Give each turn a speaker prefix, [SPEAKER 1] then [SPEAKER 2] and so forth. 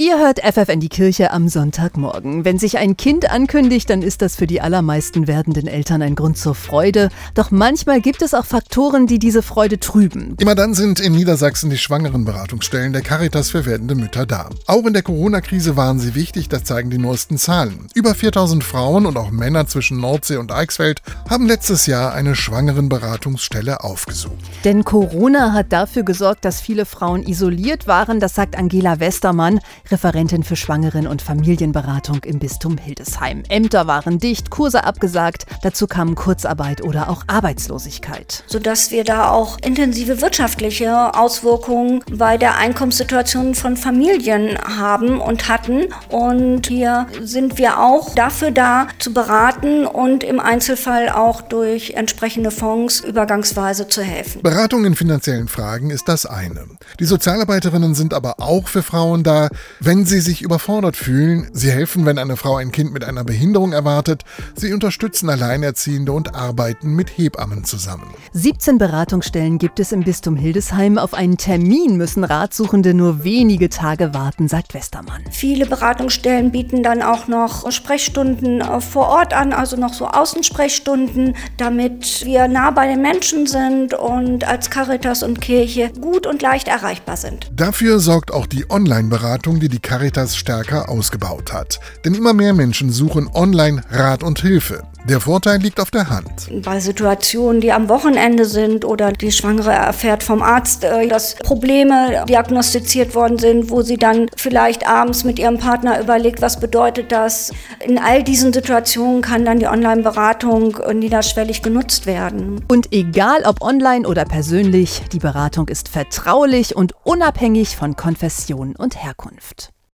[SPEAKER 1] Ihr hört FF in die Kirche am Sonntagmorgen. Wenn sich ein Kind ankündigt, dann ist das für die allermeisten werdenden Eltern ein Grund zur Freude. Doch manchmal gibt es auch Faktoren, die diese Freude trüben.
[SPEAKER 2] Immer dann sind in Niedersachsen die Schwangerenberatungsstellen der Caritas für werdende Mütter da. Auch in der Corona-Krise waren sie wichtig, das zeigen die neuesten Zahlen. Über 4000 Frauen und auch Männer zwischen Nordsee und Eichsfeld haben letztes Jahr eine Schwangerenberatungsstelle aufgesucht.
[SPEAKER 1] Denn Corona hat dafür gesorgt, dass viele Frauen isoliert waren, das sagt Angela Westermann, Referentin für Schwangeren- und Familienberatung im Bistum Hildesheim. Ämter waren dicht, Kurse abgesagt, dazu kamen Kurzarbeit oder auch Arbeitslosigkeit.
[SPEAKER 3] Sodass wir da auch intensive wirtschaftliche Auswirkungen bei der Einkommenssituation von Familien haben und hatten. Und hier sind wir auch dafür da, zu beraten und im Einzelfall auch durch entsprechende Fonds übergangsweise zu helfen.
[SPEAKER 2] Beratung in finanziellen Fragen ist das eine. Die Sozialarbeiterinnen sind aber auch für Frauen da, wenn sie sich überfordert fühlen. Sie helfen, wenn eine Frau ein Kind mit einer Behinderung erwartet. Sie unterstützen Alleinerziehende und arbeiten mit Hebammen zusammen.
[SPEAKER 1] 17 Beratungsstellen gibt es im Bistum Hildesheim. Auf einen Termin müssen Ratsuchende nur wenige Tage warten, sagt Westermann.
[SPEAKER 3] Viele Beratungsstellen bieten dann auch noch Sprechstunden vor Ort an, also noch so Außensprechstunden, damit wir nah bei den Menschen sind und als Caritas und Kirche gut und leicht erreichbar sind.
[SPEAKER 2] Dafür sorgt auch die Online-Beratung, die Caritas stärker ausgebaut hat. Denn immer mehr Menschen suchen online Rat und Hilfe. Der Vorteil liegt auf der Hand.
[SPEAKER 3] Bei Situationen, die am Wochenende sind oder die Schwangere erfährt vom Arzt, dass Probleme diagnostiziert worden sind, wo sie dann vielleicht abends mit ihrem Partner überlegt, was bedeutet das. In all diesen Situationen kann dann die Online-Beratung niederschwellig genutzt werden.
[SPEAKER 1] Und egal ob online oder persönlich, die Beratung ist vertraulich und unabhängig von Konfession und Herkunft.